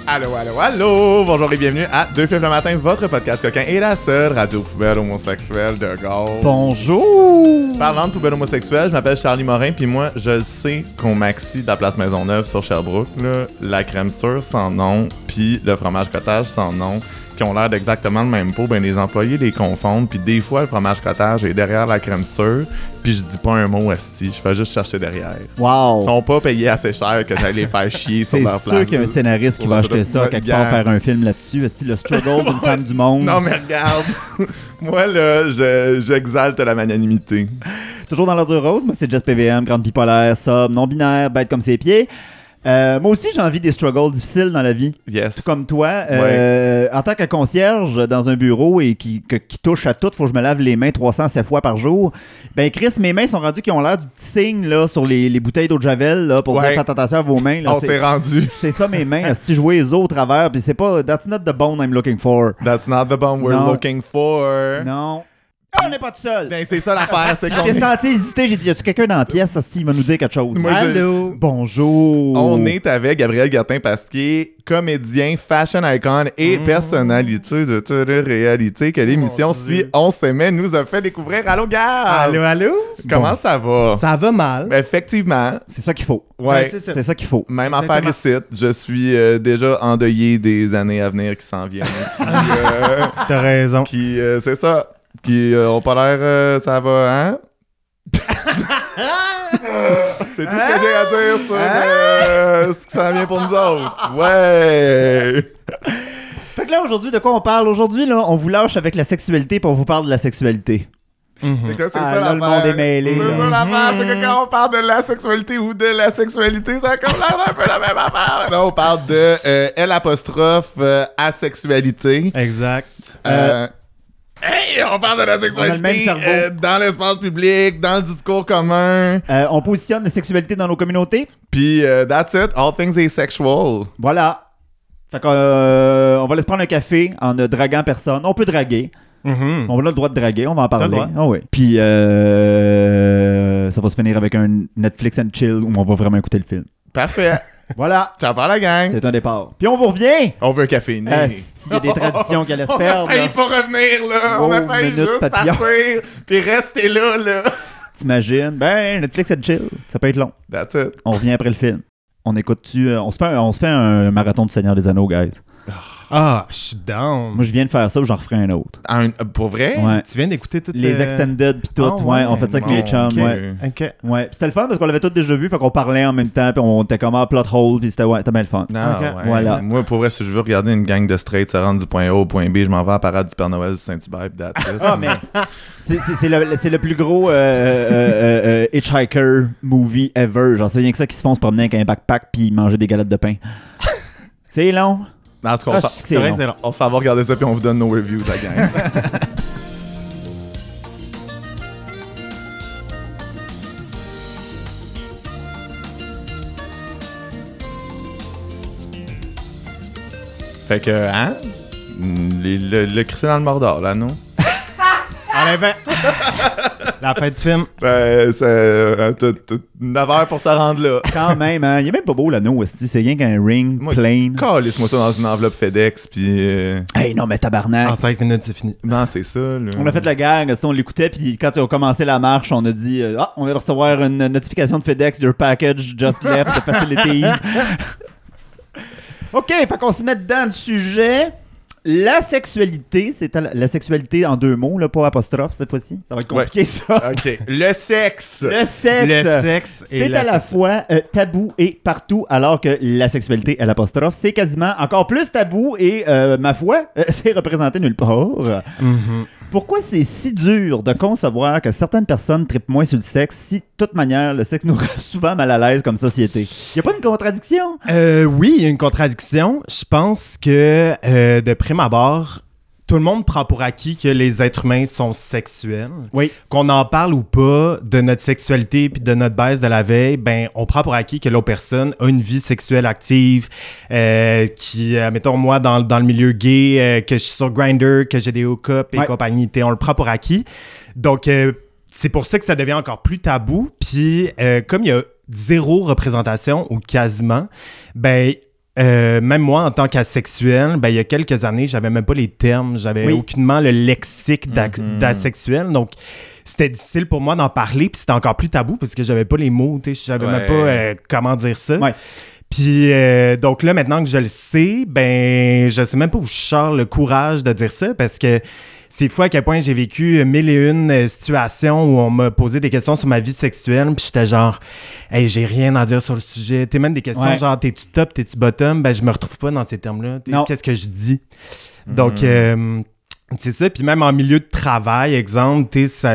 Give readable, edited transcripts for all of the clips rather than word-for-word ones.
Allô, allô, allô! Bonjour et bienvenue à Deux Films le matin, votre podcast coquin et la seule radio poubelle homosexuelle de Gaulle. Bonjour! Parlant de poubelle homosexuelle, je m'appelle Charlie Morin, puis moi, je sais qu'on maxi de la place Maisonneuve sur Sherbrooke, là, la crème sûre sans nom, puis le fromage cottage sans nom, qui ont l'air d'exactement le même pot, ben les employés les confondent, puis des fois, le fromage cottage est derrière la crème sûre, puis je dis pas un mot asti, je fais juste chercher derrière. Wow! Ils sont pas payés assez cher que j'aille les faire chier sur leur C'est place. sûr qu'il y a un scénariste qui va acheter ça quelque part, faire un film là-dessus. Est-ce le struggle d'une femme du monde? Non, mais regarde, moi, là, j'exalte la magnanimité. Toujours dans l'ordre rose, moi c'est Jess PVM, grande bipolaire, sobre, non-binaire, bête comme ses pieds. Moi aussi, j'ai envie des struggles difficiles dans la vie. Yes. Tout comme toi. Ouais. En tant que concierge dans un bureau et qui touche à tout, faut que je me lave les mains 307 fois par jour. Ben Chris, mes mains sont rendues qui ont l'air du petit signe là, sur les bouteilles d'eau de Javel là, pour dire faites attention à vos mains. Là, on s'est rendu. C'est ça mes mains. Si je jouais les os au travers, puis c'est pas... That's not the bone I'm looking for. That's not the bone we're looking for. Non. On n'est pas tout seul. Ben, c'est ça l'affaire, c'est qu'on J'ai senti hésiter, j'ai dit, y a-tu quelqu'un dans la pièce, il va nous dire quelque chose? Moi, Allô? Bonjour. On est avec Gabriel Gertin-Pasquier, comédien, fashion icon et personnalité de télé-réalité que l'émission Si on s'aimait nous a fait découvrir. Allô, Gab! Allô? Comment ça va? Ça va mal. Ben, effectivement. C'est ça qu'il faut. Ouais. C'est ça qu'il faut. Même affaire ici. Je suis déjà endeuillé des années à venir qui s'en viennent. T'as raison. C'est ça. Qui ont pas l'air... ça va, hein? C'est tout ce que j'ai à dire sur ce qui s'en vient pour nous autres. Ouais! Fait que là, aujourd'hui, de quoi on parle? Aujourd'hui, là, on vous lâche avec la sexualité puis on vous parle de la sexualité. C'est que c'est ça là, l'affaire. le monde est mêlé. C'est ça l'affaire, c'est que quand on parle de la sexualité ou de la sexualité, ça a comme l'air un peu la même affaire. Là, on parle de L' asexualité. Exact. Hey, on parle de la On a le même sexualité cerveau. dans l'espace public, dans le discours commun. On positionne la sexualité dans nos communautés. Puis, that's it, all things asexual. Voilà. Fait qu'on on va laisser prendre un café en ne draguant personne. On peut draguer. On a le droit de draguer, on va en parler. T'as le droit. Ah oui. Puis ça va se finir avec un Netflix and chill où on va vraiment écouter le film. Parfait. Voilà. Ciao, par la gang. C'est un départ. Puis on vous revient. On veut un café né. Il y a des traditions qui allaient se perdre. On a failli pas revenir, là. On a Oh, failli minute juste papillon. partir, puis rester là, là. T'imagines? Ben, Netflix and chill. Ça peut être long. That's it. On revient après le film. On écoute-tu... on se fait un marathon du Seigneur des Anneaux, guys. Ah, je suis down. Moi, je viens de faire ça, j'en referai un autre. Pour vrai? Ouais. Tu viens d'écouter toutes Les extended pis tout, Ah, ouais, on fait ça avec bon, mes chums, ok. ouais. OK. Ouais, pis c'était le fun parce qu'on l'avait tous déjà vu, fait qu'on parlait en même temps, pis on était comme en plot hole, pis c'était bien le fun. Non, Ok. ouais. Voilà. Moi, pour vrai, si je veux regarder une gang de straight se rendre du point A au point B, je m'en vais à la parade du Père Noël de Saint-Hubert pis that's it. Ah, mais c'est le plus gros hitchhiker movie ever. Genre, c'est rien que ça qui se font se promener avec un backpack pis manger des galettes de pain. C'est long. En tout cas, C'est long. C'est long. on s'en va regarder ça puis on vous donne nos reviews, la gang. Fait que, hein? Le cristal dans le Mordor, là, non? Allez, la fin du film. Ben, c'est 9 heures pour se rendre là. Quand même, hein. Il est même pas beau l'anneau, c'est rien qu'un ring Moi, plain. Calisse-moi ça dans une enveloppe FedEx, puis... Hey, non, mais tabarnak. En 5 minutes, c'est fini. Non, c'est ça, là. On a fait la gang, on l'écoutait, puis quand on a commencé la marche, on a dit on vient de recevoir une notification de FedEx, your package just left, the facilities. OK, fait qu'on se met dedans le sujet. La sexualité, c'est la sexualité en 2 mots, là, pas apostrophe cette fois-ci. Ça va être compliqué, ça. OK. Le sexe. Le sexe. Le sexe et C'est à la fois tabou et partout, alors que la sexualité à l'apostrophe, c'est quasiment encore plus tabou et, ma foi, c'est représenté nulle part. Pourquoi c'est si dur de concevoir que certaines personnes trippent moins sur le sexe si, de toute manière, le sexe nous rend souvent mal à l'aise comme société? Y a pas une contradiction? Oui, il y a une contradiction. Je pense que, de prime abord, tout le monde prend pour acquis que les êtres humains sont sexuels. Oui. Qu'on en parle ou pas de notre sexualité puis de notre baisse de la veille, ben on prend pour acquis que l'autre personne a une vie sexuelle active, qui, mettons moi dans le milieu gay, que je suis sur Grindr, que j'ai des hookups et compagnie, on le prend pour acquis. Donc c'est pour ça que ça devient encore plus tabou. Puis comme il y a zéro représentation ou quasiment, ben même moi, en tant qu'asexuel, ben, il y a quelques années, j'avais même pas les termes, j'avais aucunement le lexique d'asexuel. Donc, c'était difficile pour moi d'en parler, puis c'était encore plus tabou parce que j'avais pas les mots, tu sais, je savais même pas comment dire ça. Ouais. Puis, donc là, maintenant que je le sais, ben, je sais même pas où je sors le courage de dire ça parce que c'est fou à quel point j'ai vécu 1001 situations où on m'a posé des questions sur ma vie sexuelle, puis j'étais genre, hey, j'ai rien à dire sur le sujet. T'es même des questions genre, t'es-tu top, t'es-tu bottom? Ben, je me retrouve pas dans ces termes-là. Qu'est-ce que je dis? Donc, c'est ça. Puis même en milieu de travail, exemple,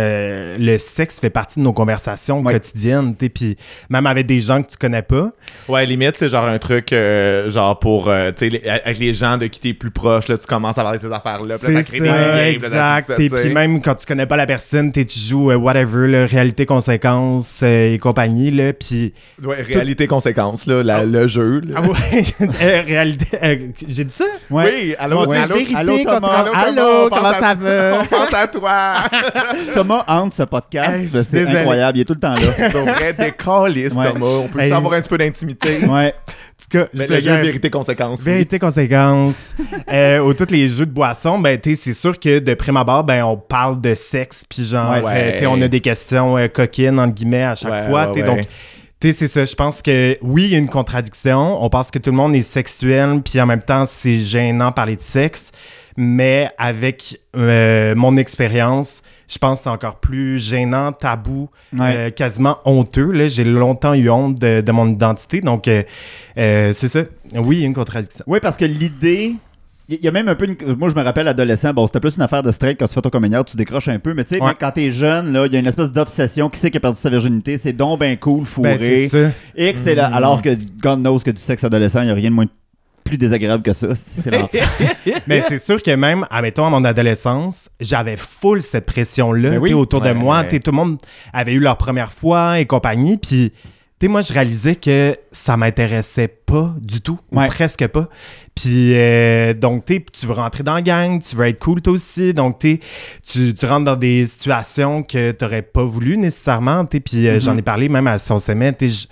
le sexe fait partie de nos conversations quotidiennes. Puis même avec des gens que tu connais pas. Ouais, limite, c'est genre un truc genre pour, tu sais, avec les gens de qui t'es plus proche, là, tu commences à parler de ces affaires-là. C'est ça, crée des liens, exact. Puis même quand tu connais pas la personne, tu joues whatever, là, réalité, conséquence et compagnie. Là, puis ouais, réalité, conséquence, là, le jeu. Là. Ah ouais, réalité. J'ai dit ça? Ouais. Oui, allô, vérité, allô, Thomas. Allô, comment ça va? On pense à toi. Thomas hante ce podcast, Hey, c'est désolé. incroyable, il est tout le temps là. On devrait décaler, Thomas. On peut avoir un petit peu d'intimité. Ouais. En tout cas, Mais le jeu vérité-conséquence. Vérité, conséquence. Ou tous les jeux de boissons, ben, c'est sûr que de prime abord, ben, on parle de sexe, puis genre, on a des questions coquines, entre guillemets, à chaque fois. Donc, c'est ça. Je pense que oui, il y a une contradiction. On pense que tout le monde est sexuel, puis en même temps, c'est gênant parler de sexe. Mais avec mon expérience, je pense que c'est encore plus gênant, tabou, quasiment honteux. Là. J'ai longtemps eu honte de mon identité. Donc, c'est ça. Oui, il y a une contradiction. Oui, parce que l'idée... Il y a même un peu Moi, je me rappelle, adolescent, bon, c'était plus une affaire de straight quand tu fais ton coming out, tu décroches un peu, mais tu sais, quand t'es jeune, là, il y a une espèce d'obsession. Qui sait qui a perdu sa virginité? C'est donc ben cool, fourré. Ben, c'est ça. Et que c'est là, alors que God knows que du sexe adolescent, il n'y a rien de moins plus désagréable que ça. C'est l'enfer. Mais c'est sûr que même, admettons, à mon adolescence, j'avais full cette pression-là autour de moi. Tout le monde avait eu leur première fois et compagnie, puis... moi, je réalisais que ça m'intéressait pas du tout, ou presque pas. Puis, donc, tu veux rentrer dans la gang, tu veux être cool toi aussi. Donc, tu rentres dans des situations que tu n'aurais pas voulu nécessairement. Puis, j'en ai parlé même à son sommet.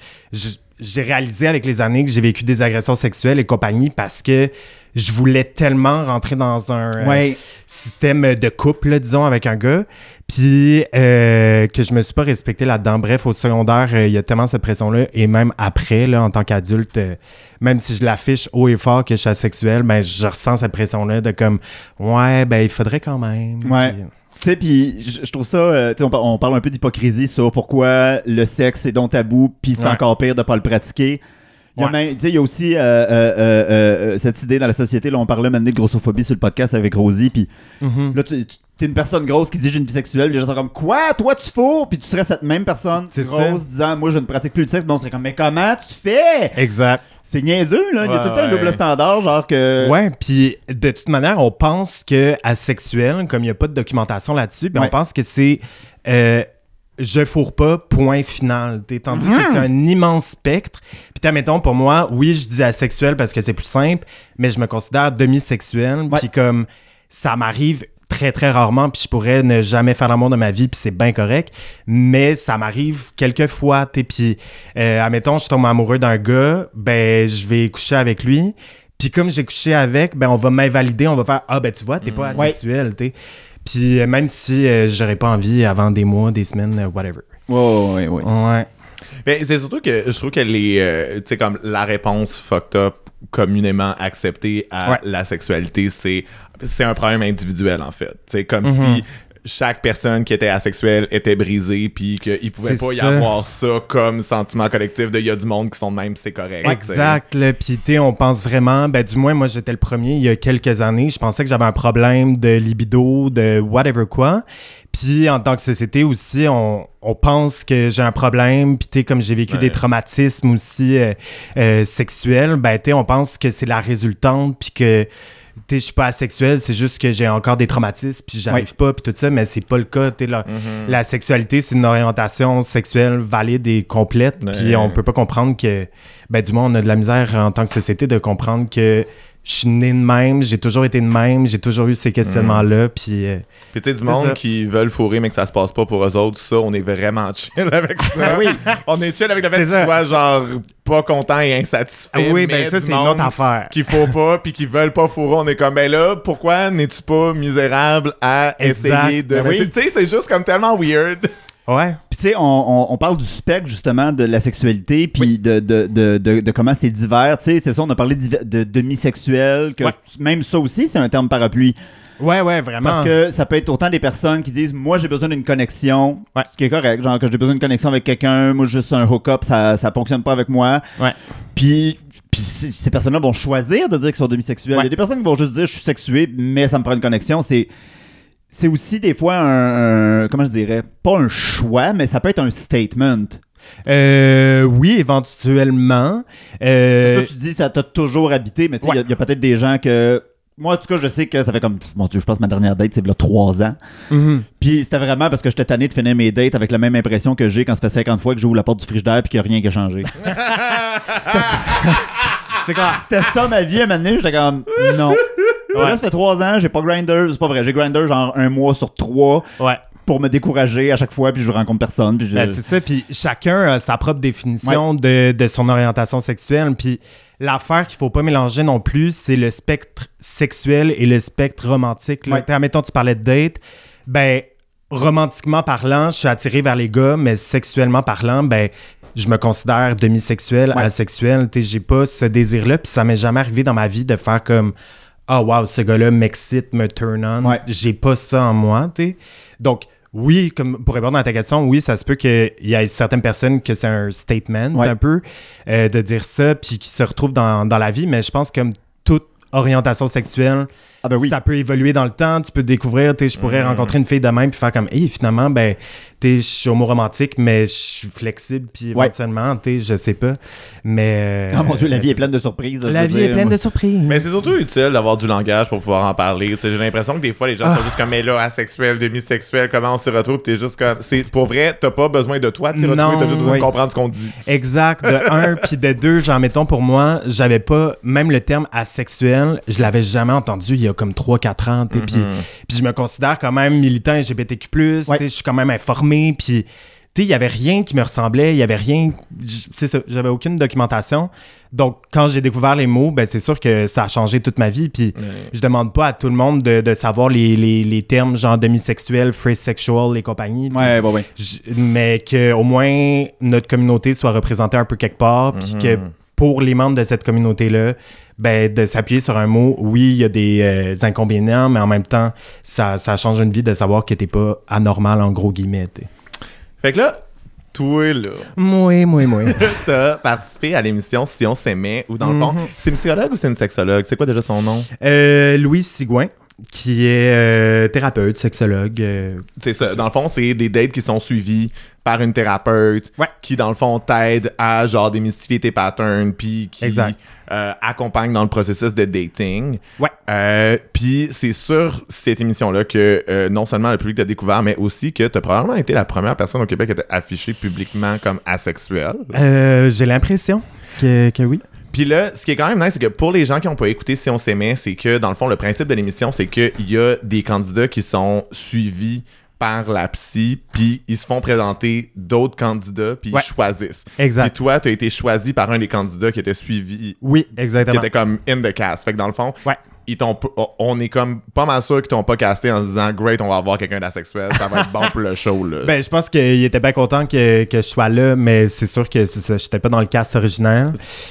J'ai réalisé avec les années que j'ai vécu des agressions sexuelles et compagnie parce que je voulais tellement rentrer dans un système de couple, disons, avec un gars. Puis que je me suis pas respecté là-dedans. Bref, au secondaire, il y a tellement cette pression-là. Et même après, là, en tant qu'adulte, même si je l'affiche haut et fort que je suis asexuel, ben, je ressens cette pression-là de comme, il faudrait quand même. Ouais. Tu sais, puis je trouve ça, on parle un peu d'hypocrisie sur pourquoi le sexe est donc tabou, puis c'est encore pire de pas le pratiquer. Il y a aussi cette idée dans la société, là, on parlait maintenant de grossophobie sur le podcast avec Rosie, puis là, t'es une personne grosse qui dit j'ai une vie sexuelle, les gens sont comme quoi, toi tu fous, puis tu serais cette même personne grosse disant moi je ne pratique plus le sexe, bon, c'est comme mais comment tu fais? Exact. C'est niaiseux, là, il y a tout le temps un double standard, genre que. Ouais, puis de toute manière, on pense que asexuel, comme il n'y a pas de documentation là-dessus, on pense que c'est je fourre pas, point final. Tandis que c'est un immense spectre. Puis, mettons, pour moi, oui, je dis asexuel parce que c'est plus simple, mais je me considère demi-sexuel. Puis, comme ça m'arrive très, très rarement, puis je pourrais ne jamais faire l'amour de ma vie, puis c'est bien correct. Mais ça m'arrive quelques fois. Puis, admettons, je tombe amoureux d'un gars, ben, je vais coucher avec lui. Puis, comme j'ai couché avec, ben, on va m'invalider, on va faire tu vois, t'es pas asexuel, tu sais. Puis même si j'aurais pas envie avant des mois, des semaines, whatever. Ouais. Mais c'est surtout que je trouve que tu sais, comme la réponse fucked up communément acceptée à la sexualité, c'est un problème individuel, en fait. C'est comme si chaque personne qui était asexuelle était brisée, puis qu'il pouvait pas y avoir ça comme sentiment collectif de il y a du monde qui sont de même, c'est correct. Exact. Puis on pense vraiment, du moins moi j'étais le premier il y a quelques années, je pensais que j'avais un problème de libido, de whatever quoi. Puis en tant que société aussi, on pense que j'ai un problème, puis comme j'ai vécu des traumatismes aussi sexuels, on pense que c'est la résultante, puis que je suis pas asexuel, c'est juste que j'ai encore des traumatismes, puis j'arrive pas, puis tout ça, mais c'est pas le cas. La sexualité, c'est une orientation sexuelle valide et complète, puis on peut pas comprendre que, du moins, on a de la misère en tant que société de comprendre que je suis né de même, j'ai toujours été de même, j'ai toujours eu ces questionnements-là, puis tu sais, du monde qui veulent fourrer, mais que ça se passe pas pour eux autres, ça, on est vraiment chill avec ça. On est chill avec le fait que tu sois genre pas contents et insatisfaits. Oui, mais ben ça, du c'est une monde autre affaire. qu'il faut pas puis qui veulent pas fourrer. On est comme, ben là, pourquoi n'es-tu pas misérable à Exact. essayer de... Ben oui. Tu sais, c'est juste comme tellement weird. Ouais. Puis tu sais, on parle du spectre justement de la sexualité, puis de comment c'est divers. Tu sais, c'est ça, on a parlé de demisexuel, que même ça aussi, c'est un terme parapluie. Ouais, vraiment. Parce que ça peut être autant des personnes qui disent moi j'ai besoin d'une connexion, ce qui est correct, genre que j'ai besoin d'une connexion avec quelqu'un, moi juste un hook-up, ça fonctionne pas avec moi. Ouais. Puis ces personnes-là vont choisir de dire qu'ils sont demisexuels. Il y a des personnes qui vont juste dire je suis sexué, mais ça me prend une connexion. C'est aussi des fois un comment je dirais, pas un choix, mais ça peut être un statement. Oui, éventuellement. Toi, tu dis ça t'a toujours habité, mais tu sais, il y a peut-être des gens que... Moi, en tout cas, je sais que ça fait comme... Mon Dieu, je pense que ma dernière date, c'est il y a 3 ans. Mm-hmm. Puis c'était vraiment parce que j'étais tanné de finir mes dates avec la même impression que j'ai quand ça fait 50 fois que j'ouvre la porte du frigidaire puis qu'il n'y a rien qui a changé. C'est quoi? C'était ça ma vie à un moment donné, j'étais comme... Non. Là, ça fait 3 ans, j'ai pas Grindr. C'est pas vrai, j'ai Grindr genre 1 mois sur 3. Ouais. Pour me décourager à chaque fois, puis je rencontre personne. Puis Ben, c'est ça, puis chacun a sa propre définition de son orientation sexuelle, puis l'affaire qu'il faut pas mélanger non plus, c'est le spectre sexuel et le spectre romantique. Là. Admettons, tu parlais de date, ben, romantiquement parlant, je suis attiré vers les gars, mais sexuellement parlant, ben, je me considère demisexuel, asexuel, tu sais, j'ai pas ce désir-là, puis ça m'est jamais arrivé dans ma vie de faire comme... Ah, wow, ce gars-là m'excite, me turn on. Ouais. J'ai pas ça en moi, tu sais. Donc, oui, comme pour répondre à ta question, oui, ça se peut qu'il y ait certaines personnes que c'est un statement un peu de dire ça, puis qui se retrouvent dans la vie, mais je pense que comme toute orientation sexuelle, ça peut évoluer dans le temps, tu peux découvrir, tu sais, je pourrais rencontrer une fille de même puis faire comme, hey, finalement, ben, tu sais, je suis homo-romantique, mais je suis flexible, puis éventuellement, tu sais, je sais pas, mais... Oh mon Dieu, la vie est pleine de surprises. La vie est pleine de surprises. Mais c'est surtout utile d'avoir du langage pour pouvoir en parler. Tu sais, j'ai l'impression que des fois, les gens sont juste comme, mais là, asexuel, demisexuel, comment on s'y retrouve? T'es juste comme, c'est pour vrai, t'as pas besoin de toi de t'y retrouver, t'as juste besoin de comprendre ce qu'on te dit. Exact. De un, puis de deux, genre, mettons, pour moi, j'avais pas, même le terme asexuel, je l'avais jamais entendu il y a comme 3-4 ans, tu sais, puis je me considère quand même militant LGBTQ+, tu sais, je suis quand même informé, puis... Tu sais, il y avait rien qui me ressemblait, il y avait rien... C'est ça, j'avais aucune documentation. Donc, quand j'ai découvert les mots, ben c'est sûr que ça a changé toute ma vie. Puis, je demande pas à tout le monde de savoir les termes genre demisexuel, free sexual et compagnie. Mais qu'au moins, notre communauté soit représentée un peu quelque part. Puis que pour les membres de cette communauté-là, ben, de s'appuyer sur un mot, oui, il y a des inconvénients, mais en même temps, ça change une vie de savoir que t'es pas anormal, en gros guillemets, t'sais. Fait que là, toi, là... Moi. T'as participé à l'émission Si on s'aimait, ou dans le fond, c'est une psychologue ou c'est une sexologue? C'est quoi déjà son nom? Louise Sigouin, qui est thérapeute, sexologue. C'est ça. Dans le fond, c'est des dates qui sont suivies par une thérapeute qui, dans le fond, t'aide à, genre, démystifier tes patterns, puis qui accompagne dans le processus de dating. Puis c'est sur cette émission-là que non seulement le public t'a découvert, mais aussi que t'as probablement été la première personne au Québec à être affichée publiquement comme asexuelle. J'ai l'impression que oui. Puis là, ce qui est quand même nice, c'est que pour les gens qui n'ont pas écouté Si on s'aimait, c'est que, dans le fond, le principe de l'émission, c'est qu'il y a des candidats qui sont suivis par la psy, puis ils se font présenter d'autres candidats, puis ils choisissent. Exact. Puis toi, tu as été choisi par un des candidats qui était suivi. Oui, exactement. Qui était comme in the cast. Fait que dans le fond, on est comme pas mal sûr qu'ils t'ont pas casté en se disant « Great, on va avoir quelqu'un d'asexuel, ça va être bon pour le show. » là. Ben, je pense qu'il était bien content que je sois là, mais c'est sûr que c'est ça, j'étais pas dans le cast original.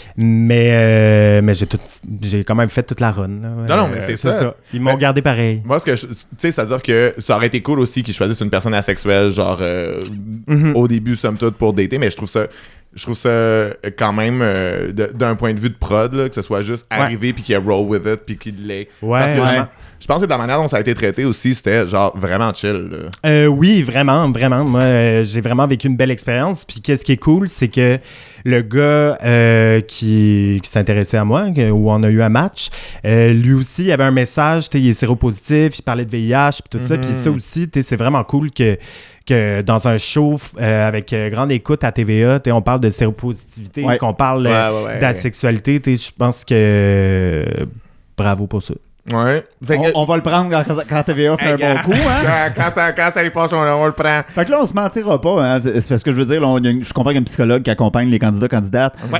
Mais j'ai quand même fait toute la run. Là. Non, mais c'est ça. Ils m'ont gardé pareil. Moi, tu sais, c'est-à-dire que ça aurait été cool aussi qu'ils choisissent une personne asexuelle, genre au début, somme toute, pour dater, mais je trouve ça quand même d'un point de vue de prod, là, que ce soit juste arrivé puis qu'il y a roll with it puis qu'il l'ait. Parce que je pense que de la manière dont ça a été traité aussi, c'était genre vraiment chill. Oui, vraiment. Moi, j'ai vraiment vécu une belle expérience. Puis qu'est-ce qui est cool, c'est que le gars qui s'intéressait à moi, où on a eu un match, lui aussi, il avait un message, il est séropositif, il parlait de VIH puis tout ça. Puis ça aussi, c'est vraiment cool que dans un show avec grande écoute à TVA, on parle de séropositivité, qu'on parle d'asexualité. Je pense que bravo pour ça. Ouais. Fait que- On va le prendre quand TVA fait un bon coup, hein? Quand ça y passe, on le prend. Fait que là, on se mentira pas, hein? C'est parce que je veux dire, là, je comprends qu'il y a un psychologue qui accompagne les candidates. Ouais.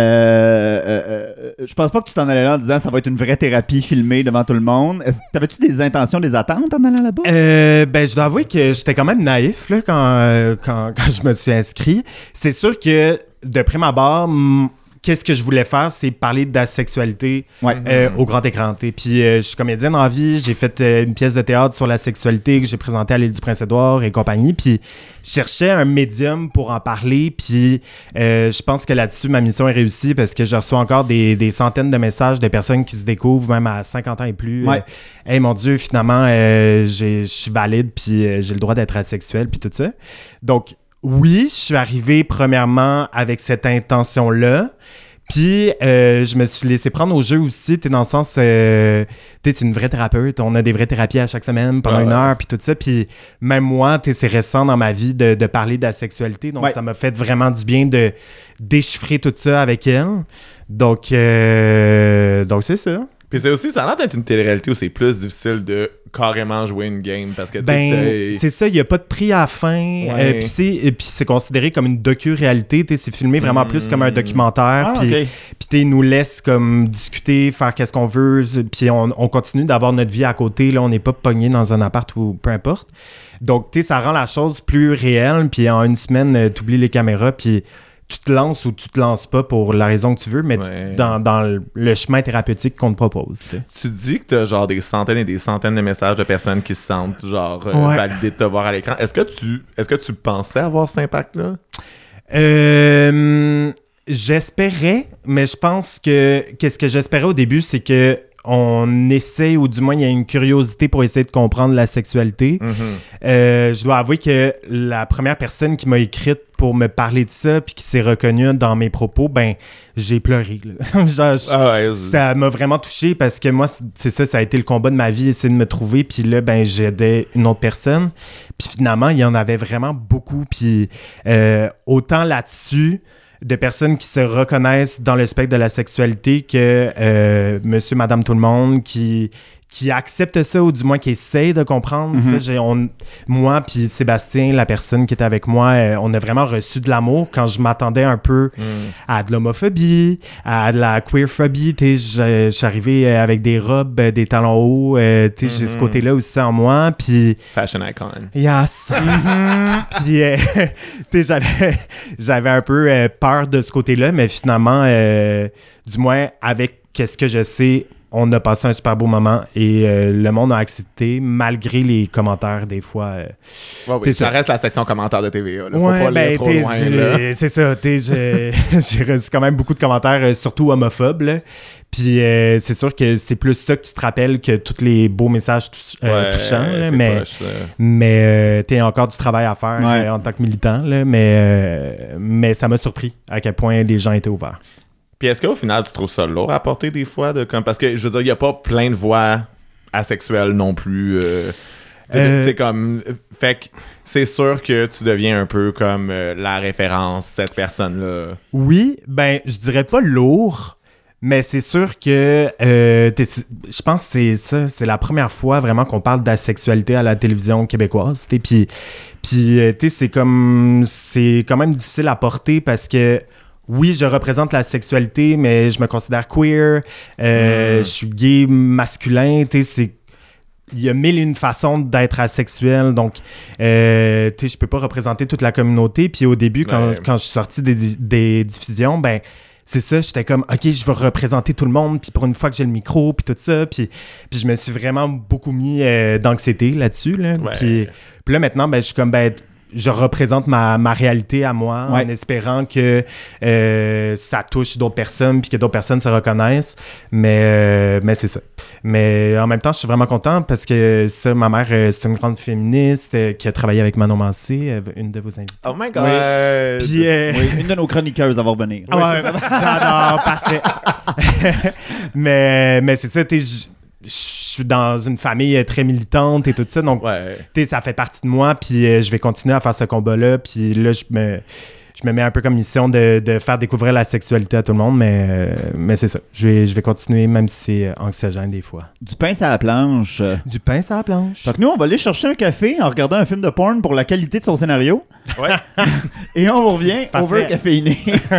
Je pense pas que tu t'en allais là en disant ça va être une vraie thérapie filmée devant tout le monde. T'avais-tu des intentions, des attentes en allant là-bas? Ben, je dois avouer que j'étais quand même naïf là, quand je me suis inscrit. C'est sûr que, de prime abord, qu'est-ce que je voulais faire, c'est parler de la sexualité au grand écran. Puis je suis comédienne en vie, j'ai fait une pièce de théâtre sur la sexualité que j'ai présentée à l'île du Prince-Édouard et compagnie. Puis je cherchais un médium pour en parler. Puis je pense que là-dessus, ma mission est réussie parce que je reçois encore des centaines de messages de personnes qui se découvrent, même à 50 ans et plus. Hey, mon Dieu, finalement, je suis valide, puis j'ai le droit d'être asexuel, puis tout ça. Donc, oui, je suis arrivé premièrement avec cette intention-là. Puis, je me suis laissé prendre au jeu aussi, dans le sens, c'est une vraie thérapeute. On a des vraies thérapies à chaque semaine pendant une heure, puis tout ça. Puis, même moi, c'est récent dans ma vie de parler de la sexualité. Donc, ça m'a fait vraiment du bien de déchiffrer tout ça avec elle. Donc c'est ça. Puis c'est aussi, ça a l'air d'être une télé-réalité où c'est plus difficile de carrément jouer une game parce que c'est ça, il n'y a pas de prix à la fin. Puis c'est considéré comme une docu-réalité. C'est filmé vraiment plus comme un documentaire. Puis ils nous laissent comme discuter, faire qu'est-ce qu'on veut. Puis on continue d'avoir notre vie à côté. Là, on n'est pas pogné dans un appart ou peu importe. Donc, ça rend la chose plus réelle. Puis en une semaine, tu oublies les caméras. Puis tu te lances ou tu te lances pas pour la raison que tu veux, mais dans le chemin thérapeutique qu'on te propose. Tu dis que t'as genre des centaines et des centaines de messages de personnes qui se sentent genre validées de te voir à l'écran. Est-ce que tu pensais avoir cet impact-là? J'espérais, mais je pense que qu'est-ce que j'espérais au début, c'est que on essaie, ou du moins il y a une curiosité pour essayer de comprendre la sexualité. Je dois avouer que la première personne qui m'a écrite pour me parler de ça puis qui s'est reconnue dans mes propos, ben j'ai pleuré. Ça m'a vraiment touché parce que moi, c'est ça a été le combat de ma vie, essayer de me trouver, puis là, ben j'aidais une autre personne. Puis finalement, il y en avait vraiment beaucoup. Puis autant là-dessus, de personnes qui se reconnaissent dans le spectre de la sexualité que monsieur, madame, tout le monde qui acceptent ça ou du moins qui essayent de comprendre ça. Moi puis Sébastien, la personne qui était avec moi, on a vraiment reçu de l'amour quand je m'attendais un peu à de l'homophobie, à de la queerphobie. Je suis arrivé avec des robes, des talons hauts. J'ai ce côté-là aussi en moi. Puis fashion icon. Yes. Puis j'avais un peu peur de ce côté-là, mais finalement, du moins avec qu'est-ce que je sais, on a passé un super beau moment et le monde a accepté malgré les commentaires des fois. Ça reste la section commentaires de TVA. Faut pas aller trop loin. C'est ça. J'ai reçu quand même beaucoup de commentaires, surtout homophobes. Là. Puis c'est sûr que c'est plus ça que tu te rappelles que tous les beaux messages touchants. Là, mais tu as encore du travail à faire en tant que militant. Là, mais ça m'a surpris à quel point les gens étaient ouverts. Puis est-ce qu'au final, tu trouves ça lourd à porter des fois? Parce que, je veux dire, il n'y a pas plein de voix asexuelles non plus. Fait que c'est sûr que tu deviens un peu comme la référence, cette personne-là. Oui, ben, je dirais pas lourd, mais c'est sûr que je pense que c'est ça. C'est la première fois vraiment qu'on parle d'asexualité à la télévision québécoise. Puis c'est quand même difficile à porter parce que oui, je représente la sexualité, mais je me considère queer. Je suis gay masculin. Il y a mille et une façons d'être asexuel. Donc, je peux pas représenter toute la communauté. Puis au début, quand je suis sorti des diffusions, ben c'est ça, j'étais comme, OK, je vais représenter tout le monde. Puis pour une fois que j'ai le micro, puis tout ça. Puis je me suis vraiment beaucoup mis d'anxiété là-dessus. Là. Puis là, maintenant, ben je suis comme, je représente ma réalité à moi en espérant que ça touche d'autres personnes puis que d'autres personnes se reconnaissent. Mais c'est ça. Mais en même temps, je suis vraiment content parce que ça, ma mère, c'est une grande féministe qui a travaillé avec Manon Massé, une de vos invitées. Oh my God! Puis, une de nos chroniqueuses à revenir. J'adore, parfait. mais c'est ça, je suis dans une famille très militante et tout ça, donc ça fait partie de moi, puis je vais continuer à faire ce combat-là, puis là, je me mets un peu comme mission de faire découvrir la sexualité à tout le monde, mais c'est ça. Je vais continuer, même si c'est anxiogène des fois. Du pain sur la planche. Du pain sur la planche. Fait que nous, on va aller chercher un café en regardant un film de porn pour la qualité de son scénario. Ouais. Et on revient over caféiné.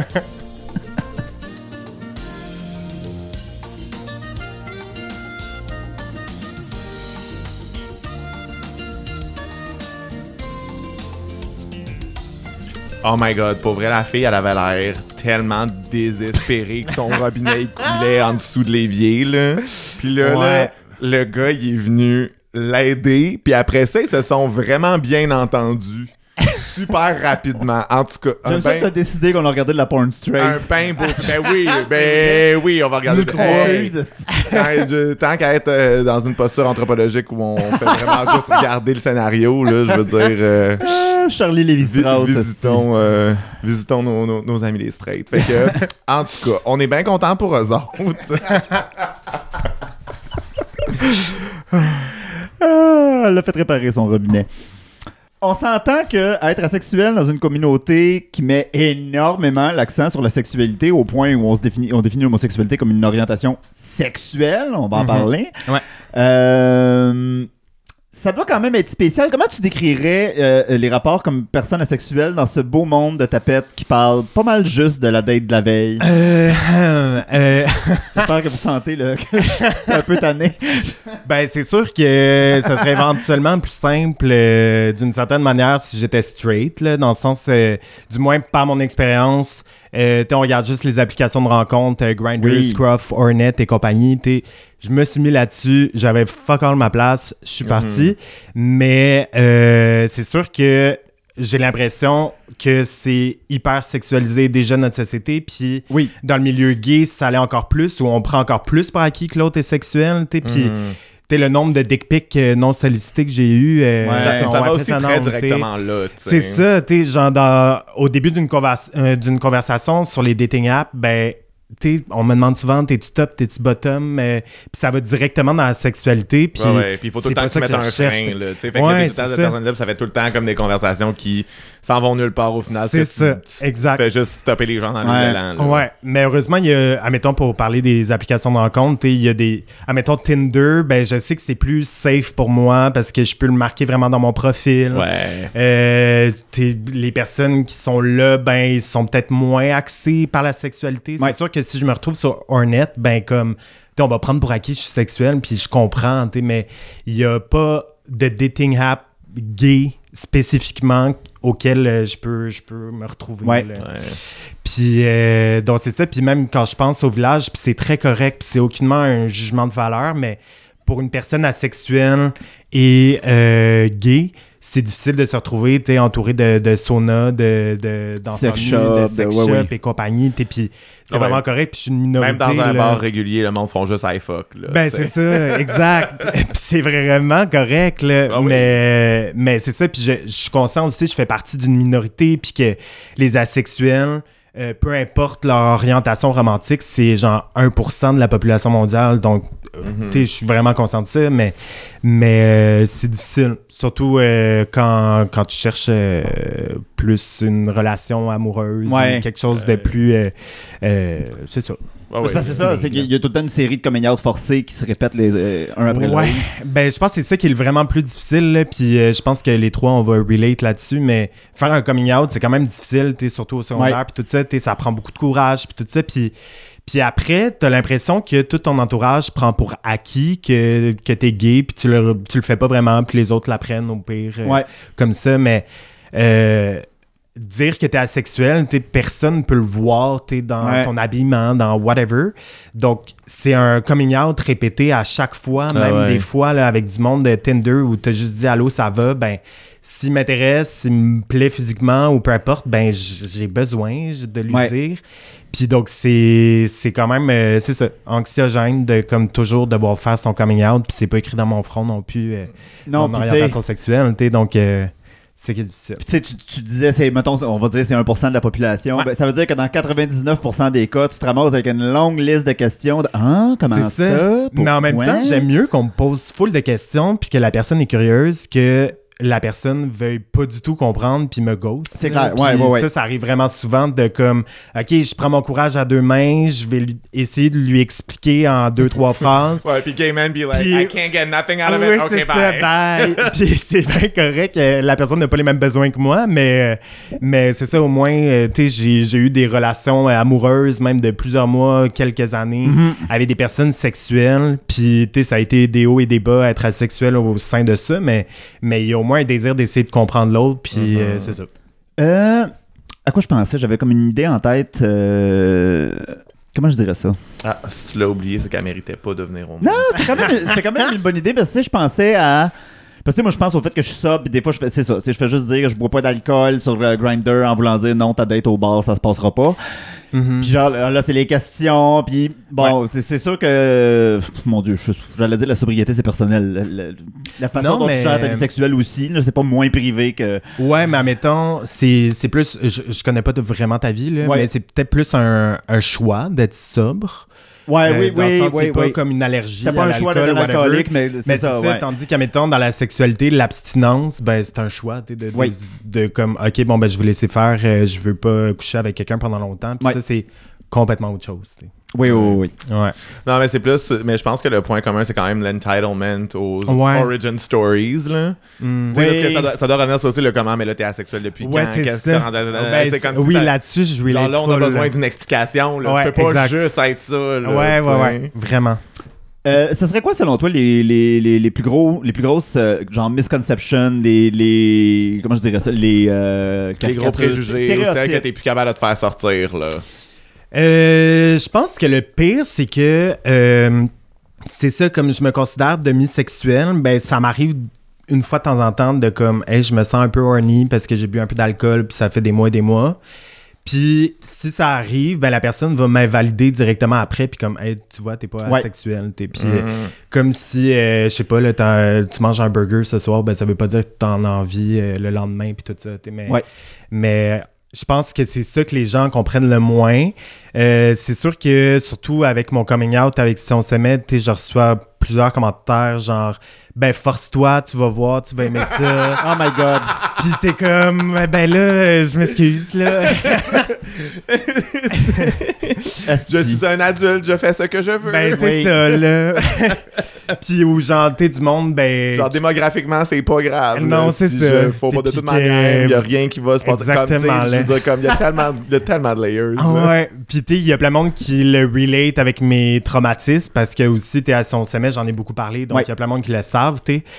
Oh my god, pour vrai, la fille, elle avait l'air tellement désespérée que son robinet il coulait en dessous de l'évier, là. Puis là, le gars, il est venu l'aider, puis après ça, ils se sont vraiment bien entendus. Super rapidement. En tout cas, j'aime ça que t'as décidé qu'on a regardé de la porn straight. Un pain beau. Ben oui, on va regarder le tant qu'à être dans une posture anthropologique où on fait vraiment juste regarder le scénario, là, je veux dire... Charlie Lévi-Strauss. Visitons nos amis les straight. Fait que, en tout cas, on est bien contents pour eux autres. Elle a fait réparer son robinet. On s'entend que être asexuel dans une communauté qui met énormément l'accent sur la sexualité au point où on définit l'homosexualité comme une orientation sexuelle, on va en parler. Ouais. Ça doit quand même être spécial. Comment tu décrirais les rapports comme personne asexuelle dans ce beau monde de tapettes qui parle pas mal juste de la date de la veille? J'espère que vous sentez que je suis un peu tanné. Ben, c'est sûr que ça serait éventuellement plus simple d'une certaine manière si j'étais straight, là, dans le sens, du moins par mon expérience, on regarde juste les applications de rencontres, Grindr, Scruff, Hornet et compagnie, je me suis mis là-dessus, j'avais fuck all ma place, je suis parti, mais c'est sûr que j'ai l'impression que c'est hyper sexualisé déjà notre société, puis dans le milieu gay, ça allait encore plus, où on prend encore plus pour acquis que l'autre est sexuel, puis le nombre de dick pics non sollicités que j'ai eu, ça va aussi très directement là. C'est ça, genre au début d'une conversation sur les dating apps, ben on me demande souvent t'es-tu top, t'es-tu bottom, puis ça va directement dans la sexualité, puis il faut tout le temps que tu mettes un frein là, fait que là, tout le temps de ça fait tout le temps comme des conversations qui s'en vont nulle part au final. C'est ça, exact. Tu fais juste stopper les gens dans les élans. Ouais, mais heureusement il y a, admettons pour parler des applications de rencontre, il y a des, admettons Tinder, ben je sais que c'est plus safe pour moi parce que je peux le marquer vraiment dans mon profil. Les personnes qui sont là, ben ils sont peut-être moins axés par la sexualité. C'est sûr que si je me retrouve sur Hornet, ben comme on va prendre pour acquis que je suis sexuel, puis je comprends, mais il n'y a pas de dating app gay spécifiquement auquel je peux me retrouver. Puis donc c'est ça, puis même quand je pense au village, puis c'est très correct, puis c'est aucunement un jugement de valeur, mais pour une personne asexuelle et gay, c'est difficile de se retrouver entouré de sauna, de sex shop et compagnie. Puis c'est vraiment correct. Puis je suis une minorité. Même dans un bar régulier, le monde font juste « I fuck ». Ben c'est ça, exact. Puis c'est vraiment correct. Là. Mais c'est ça. Puis je suis conscient aussi, je fais partie d'une minorité. Puis que les asexuels, peu importe leur orientation romantique, c'est genre 1% de la population mondiale. Donc, je suis vraiment conscient de ça, mais c'est difficile. Surtout quand tu cherches plus une relation amoureuse ou quelque chose de plus... c'est ça. C'est ça, c'est qu'il y a tout le temps une série de coming out forcés qui se répètent un après l'autre. Ben je pense que c'est ça qui est vraiment plus difficile, là, puis je pense que les trois, on va relate là-dessus, mais faire un coming out, c'est quand même difficile, surtout au secondaire, puis tout ça, ça prend beaucoup de courage, puis tout ça, puis après, t'as l'impression que tout ton entourage prend pour acquis que t'es gay, puis tu le fais pas vraiment, puis les autres l'apprennent au pire, comme ça, mais... dire que t'es asexuel, personne ne peut le voir dans ton habillement, dans whatever. Donc, c'est un coming out répété à chaque fois, même des fois là, avec du monde de Tinder où t'as juste dit « Allô, ça va? » Ben, s'il m'intéresse, s'il me plaît physiquement ou peu importe, ben j'ai besoin de lui dire. Puis donc, c'est quand même, c'est ça, anxiogène de, comme toujours, devoir faire son coming out, puis c'est pas écrit dans mon front non plus, mon orientation sexuelle, donc... c'est qui est difficile. Puis tu disais, mettons, on va dire c'est 1% de la population. Ben, ça veut dire que dans 99% des cas, tu te ramasses avec une longue liste de questions. Comment ça? Mais en même temps, j'aime mieux qu'on me pose full de questions puis que la personne est curieuse que la personne veuille pas du tout comprendre puis me ghost. C'est clair, Puis ouais. ça arrive vraiment souvent de comme, OK, je prends mon courage à deux mains, je vais essayer de lui expliquer en 2-3 phrases. Ouais, puis gay man be like, Puis- I can't get nothing out of Oui, it. c'est Okay, ça, bye. bye. Puis c'est bien correct, la personne n'a pas les mêmes besoins que moi, mais c'est ça, au moins, tu sais, j'ai eu des relations amoureuses, même de plusieurs mois, quelques années, avec des personnes sexuelles, puis tu sais, ça a été des hauts et des bas, être asexuel au sein de ça, mais il y a au moins un désir d'essayer de comprendre l'autre, puis c'est ça. À quoi je pensais? J'avais comme une idée en tête. Comment je dirais ça? Ah, si tu l'as oublié, c'est qu'elle méritait pas de venir au monde. Non, c'était quand même une bonne idée parce que tu sais, je pensais à. Parce que moi, je pense au fait que je suis sobre, puis des fois, c'est ça. Je fais juste dire que je bois pas d'alcool sur Grindr en voulant dire non, ta date au bar, ça se passera pas. Puis genre, là, c'est les questions, puis bon, c'est sûr que. Mon Dieu, j'allais dire la sobriété, c'est personnel. La façon dont tu gères ta vie sexuelle aussi, là, c'est pas moins privé que. Ouais, mais admettons, c'est plus. Je connais pas vraiment ta vie, là, mais c'est peut-être plus un choix d'être sobre. Ouais, Dans le sens, c'est pas oui. comme une allergie. C'était pas à un choix l'alcool, d'être whatever. alcoolique, mais c'est ça, ouais. Tandis qu'admettons, dans la sexualité, l'abstinence, ben, c'est un choix, tu sais, de comme, OK, bon, ben, je vais laisser faire, je veux pas coucher avec quelqu'un pendant longtemps. Puis ça, c'est complètement autre chose, tu sais. Oui. Ouais. Non, mais c'est plus. Mais je pense que le point commun, c'est quand même l'entitlement aux Ouais. origin stories, là. Tu sais, parce que ça doit revenir sur aussi le comment, mais là, t'es asexuel depuis Ouais, quand? c'est Qu'est-ce ça. que Ben, c'est comme oui, si là-dessus, je genre relate là, on a full, besoin là. d'une explication, là. Ouais, Tu peux pas exact. juste être ça, là. Ouais, vraiment. Ce serait quoi, selon toi, les plus grosses genre misconceptions, comment je dirais ça, les gros préjugés, ou celles que t'es plus capable de te faire sortir, là. Je pense que le pire, c'est que c'est ça, comme je me considère demi-sexuel, ben ça m'arrive une fois de temps en temps de comme, hey, je me sens un peu horny parce que j'ai bu un peu d'alcool puis ça fait des mois et des mois. Puis si ça arrive, ben la personne va m'invalider directement après puis comme, hey, tu vois, t'es pas asexuel. Puis comme si, je sais pas, là, tu manges un burger ce soir, ben ça veut pas dire que t'en as envie le lendemain puis tout ça. Mais je pense que c'est ça que les gens comprennent le moins. C'est sûr que, surtout avec mon coming out, avec Si on s'aimait, je reçois plusieurs commentaires genre « Ben, force-toi, tu vas voir, tu vas aimer ça. » Oh my God. Puis t'es comme « Ben là, je m'excuse, là. » Je suis un adulte, je fais ce que je veux. Ben, c'est ça, là. Puis où genre, t'es du monde, ben... Genre, démographiquement, c'est pas grave. Non, là, c'est ça. Faut pas de toute Puis manière, il y a rien qui va se passer. Exactement, Comme, je veux dire, comme, il y a tellement de layers. Ah là. ouais, puis tu sais, il y a plein de monde qui le relate avec mes traumatismes parce que aussi, tu sais, à son sommet, j'en ai beaucoup parlé, donc il y a plein de monde qui le savent, tu sais.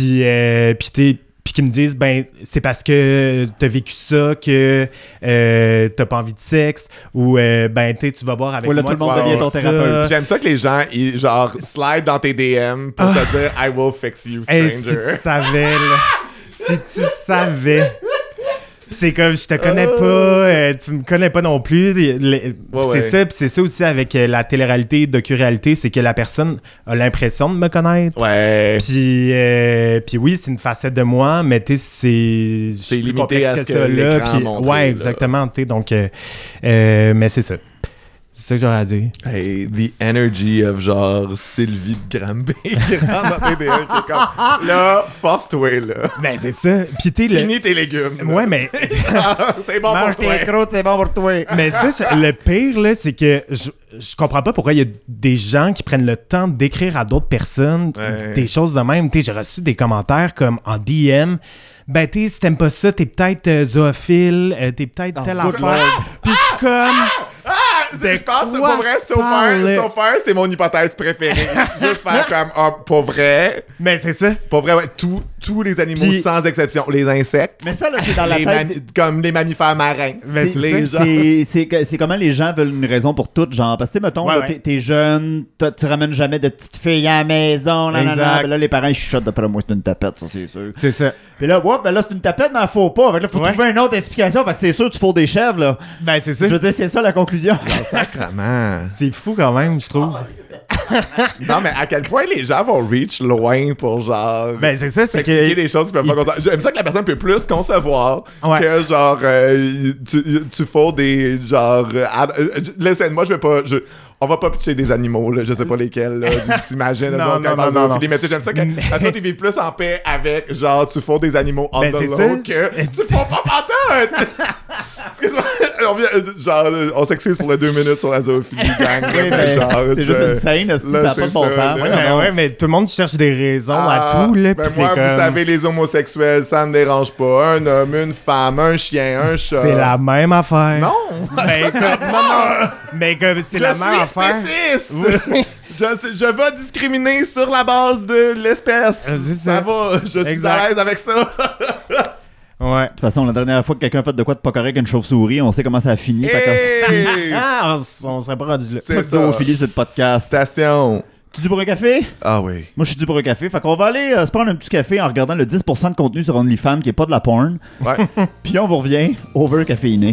Puis qui me disent, ben, c'est parce que t'as vécu ça que t'as pas envie de sexe ou, ben, tu vas voir avec là, moi. tout le monde devient ton thérapeute. J'aime ça que les gens, genre, slide dans tes DM pour te dire I will fix you, Hey, stranger. si tu savais, là. Si tu savais. C'est comme, je te connais pas, tu me connais pas non plus. C'est ça, puis c'est ça aussi avec la télé-réalité, docu-réalité, c'est que la personne a l'impression de me connaître. Ouais. Puis oui, c'est une facette de moi, mais tu sais, c'est limité à ce que l'écran puis, montre, ouais, là. exactement, tu sais, donc, mais c'est ça. C'est ça que j'aurais à dire. Hey, the energy of genre Sylvie de Granby qui rentre dans tes DM qui est comme là, force-toi là. Ben c'est ça. Puis tu sais, Finis tes légumes. Là. Ouais, mais c'est bon Mange pour toi. tes croûtes, c'est bon pour toi. Mais ça, le pire, là, c'est que je comprends pas pourquoi il y a des gens qui prennent le temps d'écrire à d'autres personnes des choses de même. Tu sais, j'ai reçu des commentaires comme en DM. Ben, tu sais, si t'aimes pas ça, t'es peut-être zoophile, t'es peut-être telle affaire. Puis je suis comme... Je pense que quoi pour vrai, tu parles? So far, c'est mon hypothèse préférée. Juste faire comme, pour vrai. Mais c'est ça. Pour vrai, ouais, tous les animaux, Puis- sans exception. Les insectes, Mais ça, là, c'est dans la tête. comme les mammifères marins. Mais les gens. C'est comment les gens veulent une raison pour tout, genre. Parce que, tu sais, mettons, là, t'es jeune, tu ramènes jamais de petites filles à la maison, Exact. Là, les parents, ils chuchotent d'après moi, c'est une tapette, ça, c'est sûr. C'est ça. Puis là, ben là, c'est une tapette, mais elle faut pas. Fait que là, faut Ouais. trouver une autre explication. Fait que c'est sûr, tu fous des chèvres, là. Ben c'est ça. Je veux dire, c'est ça la conclusion. Sacrement. C'est fou quand même, je trouve. Non, mais à quel point les gens vont reach loin pour genre. Ben c'est ça, c'est expliquer que... des choses qu'ils peuvent pas concevoir. J'aime ça que la personne peut plus concevoir Ouais. que genre tu fous des genre listen, moi je vais pas On va pas pitcher des animaux, là, je sais pas lesquels, là. T'imagines, Non, non. Mais tu sais, j'aime ça que toi, tu vis plus en paix avec, genre, tu fous des animaux on Ben, the c'est low ça. que tu fous pas pantoute! Excuse-moi, genre, on s'excuse pour les 2 minutes sur la zoophilie, gang. Oui, ben, c'est juste une scène, ça n'a pas de bon sens. Ouais, mais tout le monde cherche des raisons à tout, là. Ben pis moi, t'es vous comme- savez, les homosexuels, ça me dérange pas. Un homme, une femme, un chien, un chat. C'est la même affaire. Non! Ben, écoute, non. Mais comme c'est la même Je affaire. suis spéciste! Je vais discriminer sur la base de l'espèce. C'est Ça ça. va, je suis Exact. à l'aise avec ça. Ouais. De toute façon, la dernière fois que quelqu'un a fait de quoi de pas correct avec une chauve-souris, on sait comment ça a fini. Fait que Hey! Ah, on serait pas rendu là. C'est pas de ça. zoophilie sur le podcast. Station. Tu es dû pour un café? Ah oui. Moi, je suis dû pour un café. Fait qu'on va aller se prendre un petit café en regardant le 10% de contenu sur OnlyFans qui est pas de la porn. Ouais. Puis là, on vous revient over caféiné.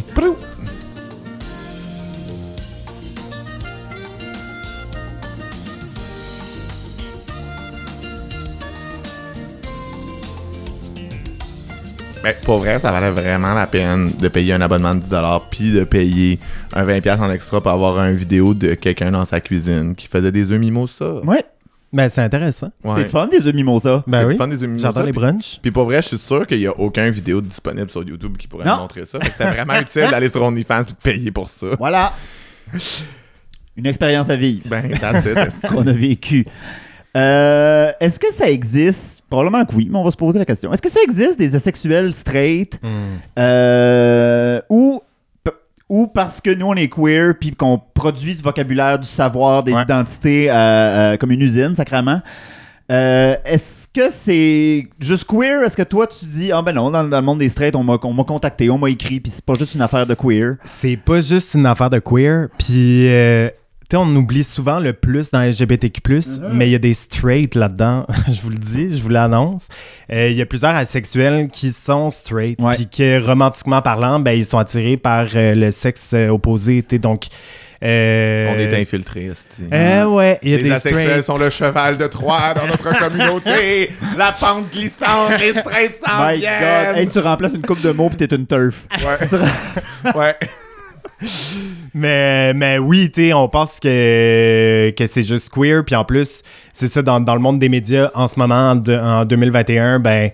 Mais pour vrai, ça valait vraiment la peine de payer un abonnement de 10$ puis de payer un 20$ en extra pour avoir une vidéo de quelqu'un dans sa cuisine qui faisait des œufs mimosa. Ouais, Ben, c'est intéressant. Ouais. c'est le fun des œufs mimosa. Ben C'est oui. le fun des œufs mimosa, J'adore les puis- brunchs. Puis pour vrai, je suis sûr qu'il n'y a aucune vidéo disponible sur YouTube qui pourrait Non. nous montrer ça. Fait que c'était vraiment utile d'aller sur OnlyFans et de payer pour ça. Voilà. Une expérience à vivre Ben, that's it. qu'on a vécue. Est-ce que ça existe? Probablement que oui, mais on va se poser la question. Est-ce que ça existe des asexuels straight ou parce que nous on est queer puis qu'on produit du vocabulaire, du savoir, des Ouais. identités comme une usine, sacrément? Est-ce que c'est juste queer? Est-ce que toi tu dis ah ben non, dans le monde des straight on m'a contacté, on m'a écrit puis c'est pas juste une affaire de queer? C'est pas juste une affaire de queer. Puis, tu sais, on oublie souvent le plus dans LGBTQ+, mais il y a des straight là-dedans. Je vous le dis, je vous l'annonce. Il y a plusieurs asexuels qui sont straight. Ouais. Puis que, romantiquement parlant, ben, ils sont attirés par le sexe opposé. Tu sais, donc... On est infiltrés, esti. Ouais, il y a Les des asexuels straight. sont le cheval de Troie dans notre communauté. La pente glissante, les straights s'en My viennent. God! Hey, tu remplaces une coupe de mots pis t'es une turf. Ouais. Ouais. Mais oui, tu sais, on pense que c'est juste queer. Puis en plus, c'est ça, dans le monde des médias, en ce moment, en 2021, ben,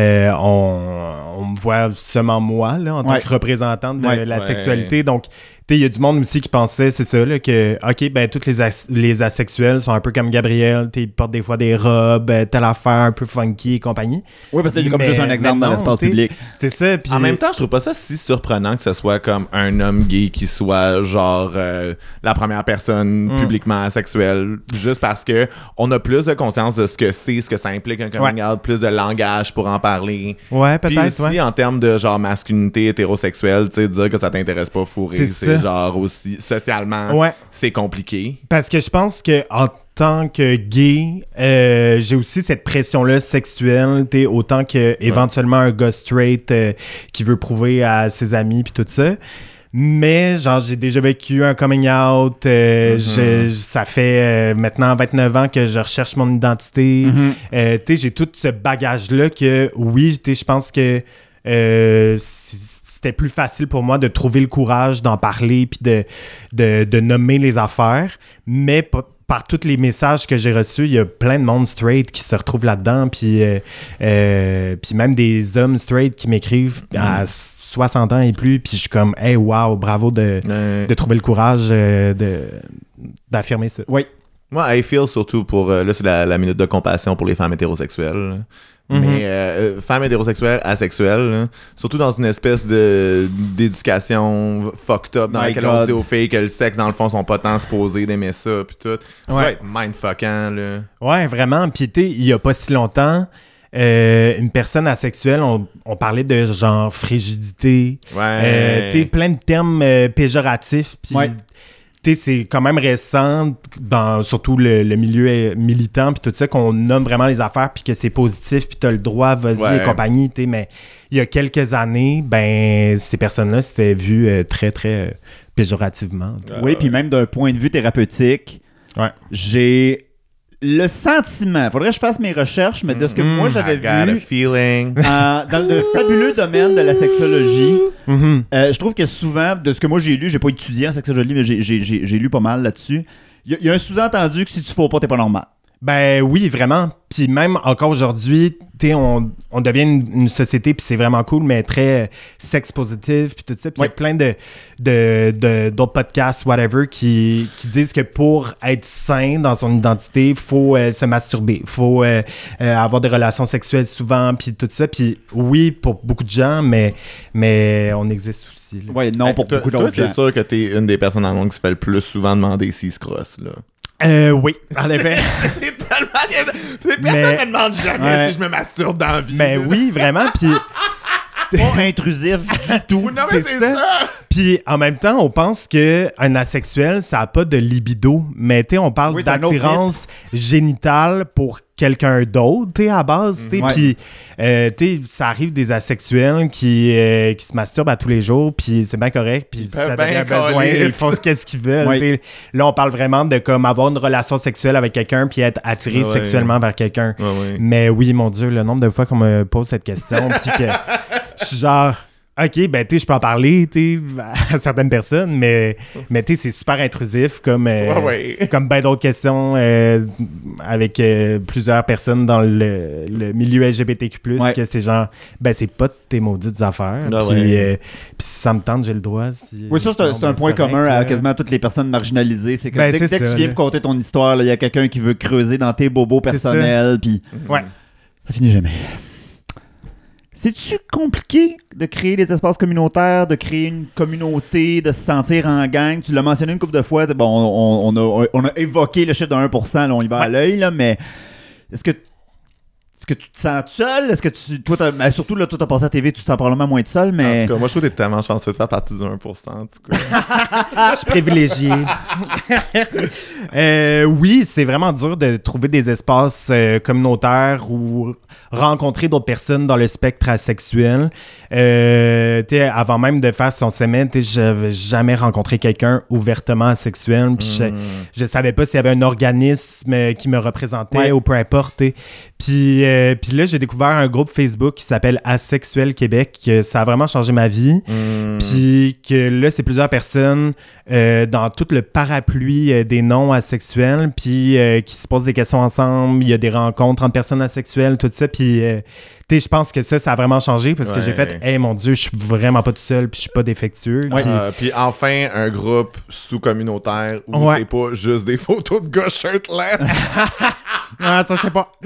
on me voit seulement moi, là, en tant Ouais. que représentante de Ouais. la Ouais. sexualité. Donc, tu sais, il y a du monde aussi qui pensait, c'est ça, là, que, OK, ben, tous les asexuels sont un peu comme Gabriel. Tu sais, ils portent des fois des robes, telle affaire un peu funky et compagnie. Oui, parce que c'est comme Mais- juste un exemple mais dans non, l'espace t'sais, public. C'est ça. Puis En même temps, je trouve pas ça si surprenant que ce soit comme un homme gay qui soit genre la première personne publiquement asexuelle, juste parce que on a plus de conscience de ce que c'est, ce que ça implique un coming out, plus de langage pour en parler. ouais, Puis peut-être, aussi ouais. en termes de genre masculinité hétérosexuelle, tu sais, dire que ça t'intéresse pas fourrer, C'est c'est ça. genre aussi socialement, Ouais. c'est compliqué. Parce que je pense que en tant que gay, j'ai aussi cette pression-là sexuelle, t'sais, autant que éventuellement un gars straight qui veut prouver à ses amis puis tout ça. Mais genre j'ai déjà vécu un coming out, ça fait maintenant 29 ans que je recherche mon identité. T'sais, j'ai tout ce bagage-là que oui, je pense que c'était plus facile pour moi de trouver le courage d'en parler puis de nommer les affaires, mais par tous les messages que j'ai reçus, il y a plein de monde straight qui se retrouvent là-dedans, puis même des hommes straight qui m'écrivent à 60 ans et plus, puis je suis comme « Hey, wow, bravo de trouver le courage d'affirmer ça. » Oui. Moi, I feel surtout pour... là, c'est la minute de compassion pour les femmes hétérosexuelles. Là. Mais femmes hétérosexuelles, asexuelles, là, surtout dans une espèce d'éducation fucked up dans My laquelle on God. dit aux filles que le sexe, dans le fond, sont pas tant supposés d'aimer ça, puis tout. Ça doit Ouais. être mindfuckant, là. Ouais, vraiment. Puis, tu sais, il y a pas si longtemps, une personne asexuelle, on parlait de genre frigidité. Ouais. Tu sais, plein de termes péjoratifs. Puis, Ouais. tu sais, c'est quand même récent, dans surtout le milieu militant, puis tout ça, qu'on nomme vraiment les affaires, puis que c'est positif, puis t'as le droit, vas-y, Ouais. et compagnie. Tu sais, mais il y a quelques années, ben, ces personnes-là, c'était vu très, très péjorativement. Oui, puis même d'un point de vue thérapeutique, Ouais. j'ai le sentiment, faudrait que je fasse mes recherches, mais de ce que moi j'avais I got a vu feeling. dans le fabuleux domaine de la sexologie, je trouve que souvent, de ce que moi j'ai lu, j'ai pas étudié en sexologie, mais j'ai lu pas mal là-dessus, il y a un sous-entendu que si tu fais pas, t'es pas normal. Ben oui, vraiment. Puis même encore aujourd'hui, on devient une société, puis c'est vraiment cool, mais très sex positive, puis tout ça. Puis il y a plein d'autres podcasts, whatever, qui disent que pour être sain dans son identité, il faut se masturber, il faut avoir des relations sexuelles souvent, puis tout ça. Puis oui, pour beaucoup de gens, mais on existe aussi. Là. Ouais, non, pour beaucoup d'autres gens. C'est sûr que t'es une des personnes en monde qui se fait le plus souvent demander s'il se crosse, là. Oui, en effet. C'est tellement... Personne me demande jamais si je me masturbe dans la vie. Mais oui, vraiment, puis... Pas intrusif du tout. Non, mais c'est ça. Puis en même temps, on pense qu'un asexuel, ça n'a pas de libido. Mais on parle d'attirance génitale pour quelqu'un d'autre, à base. Puis ça arrive des asexuels qui se masturbent à tous les jours, puis c'est bien correct. Puis ça devient un besoin, ils font ce qu'ils veulent. Oui. Là, on parle vraiment de comme avoir une relation sexuelle avec quelqu'un puis être attiré sexuellement vers quelqu'un. Mais oui, mon Dieu, le nombre de fois qu'on me pose cette question, puis que je suis genre... OK, ben, je peux en parler, à certaines personnes, mais c'est super intrusif, comme bien d'autres questions avec plusieurs personnes dans le milieu LGBTQ+, que c'est genre, ben, c'est pas tes maudites affaires, puis si ça me tente, j'ai le droit. Oui, ça, c'est un point commun à quasiment toutes les personnes marginalisées, c'est que dès que tu viens pour conter ton histoire, il y a quelqu'un qui veut creuser dans tes bobos personnels, puis ça finit jamais. C'est-tu compliqué de créer des espaces communautaires, de créer une communauté, de se sentir en gang? Tu l'as mentionné une couple de fois. Bon, on a évoqué le chiffre de 1%, là, on y va à l'œil, là, mais est-ce que tu te sens seul? Est-ce que surtout, là, toi, t'as passé à la TV, tu te sens probablement moins seul, mais... En tout cas, moi, je trouve que t'es tellement chanceux de faire partie du 1%, en tout cas. Je suis privilégié. Oui, c'est vraiment dur de trouver des espaces communautaires ou rencontrer d'autres personnes dans le spectre asexuel. Avant même de faire son semaine, j'avais jamais rencontré quelqu'un ouvertement asexuel. Puis je savais pas s'il y avait un organisme qui me représentait ou peu importe. Puis là, j'ai découvert un groupe Facebook qui s'appelle Asexuel Québec, que ça a vraiment changé ma vie. Puis que là, c'est plusieurs personnes dans tout le parapluie des non-asexuels, puis qui se posent des questions ensemble. Il y a des rencontres entre personnes asexuelles, tout ça. Puis je pense que ça a vraiment changé parce que j'ai fait « Hey, mon Dieu, je suis vraiment pas tout seul, puis je suis pas défectueux. » Puis enfin, un groupe sous-communautaire où c'est pas juste des photos de gars shirtless. Ah, ça, je sais pas.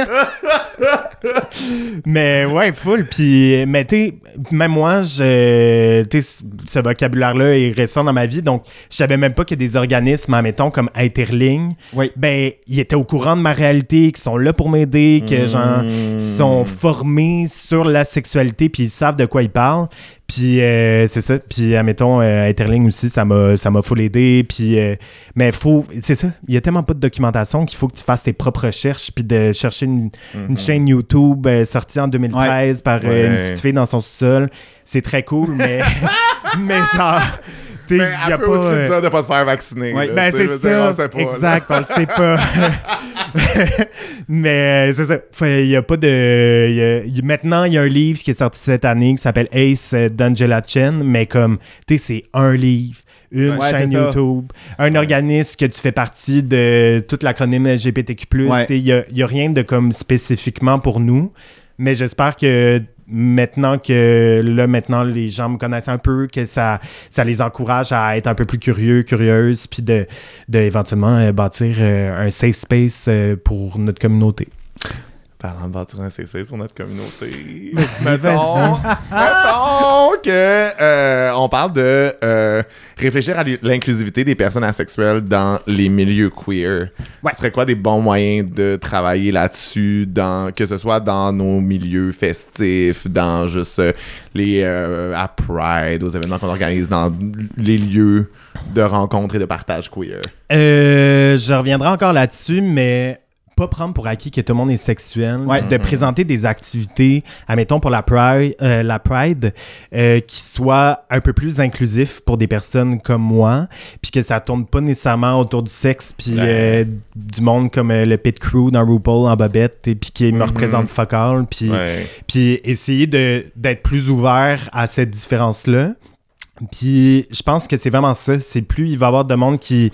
Mais ouais, full. Puis, mais même moi, ce vocabulaire-là est récent dans ma vie, donc je savais même pas qu'il y a des organismes, admettons, comme Interligne. Ben, ils étaient au courant de ma réalité, qui sont là pour m'aider, que genre, ils sont formés sur la sexualité, puis ils savent de quoi ils parlent. Puis c'est ça. Puis admettons, Interligne aussi, ça m'a full aidé. Puis mais c'est ça. Il y a tellement pas de documentation qu'il faut que tu fasses tes propres recherches, puis de chercher une chaîne YouTube sortie en 2013 par une petite fille dans son sous-sol. C'est très cool, mais mais genre. Mais elle peut aussi dire de pas te faire vacciner. Ben c'est ça. Exact, on le sait pas. Mais c'est ça. Il y a pas de... Maintenant, il y a un livre qui est sorti cette année qui s'appelle Ace d'Angela Chen, mais comme, c'est un livre, une chaîne YouTube, un organisme que tu fais partie de toute l'acronyme LGBTQ+. Il y a rien de comme spécifiquement pour nous, mais j'espère que maintenant les gens me connaissent un peu, que ça les encourage à être un peu plus curieuse, puis de éventuellement bâtir un safe space pour notre communauté. Parlant de bâtir un safe space pour notre communauté, mettons que on parle de réfléchir à l'inclusivité des personnes asexuelles dans les milieux queer. Ce serait quoi des bons moyens de travailler là-dessus, que ce soit dans nos milieux festifs, dans juste à Pride, aux événements qu'on organise dans les lieux de rencontres et de partage queer? Je reviendrai encore là-dessus, mais pas prendre pour acquis que tout le monde est sexuel, Ouais. de présenter des activités, admettons pour la Pride, qui soient un peu plus inclusifs pour des personnes comme moi, puis que ça tourne pas nécessairement autour du sexe, puis du monde comme le Pit Crew dans RuPaul en bobette, et puis qui me représente fuck all, puis essayer d'être plus ouvert à cette différence-là. Puis je pense que c'est vraiment ça. C'est plus il va y avoir de monde qui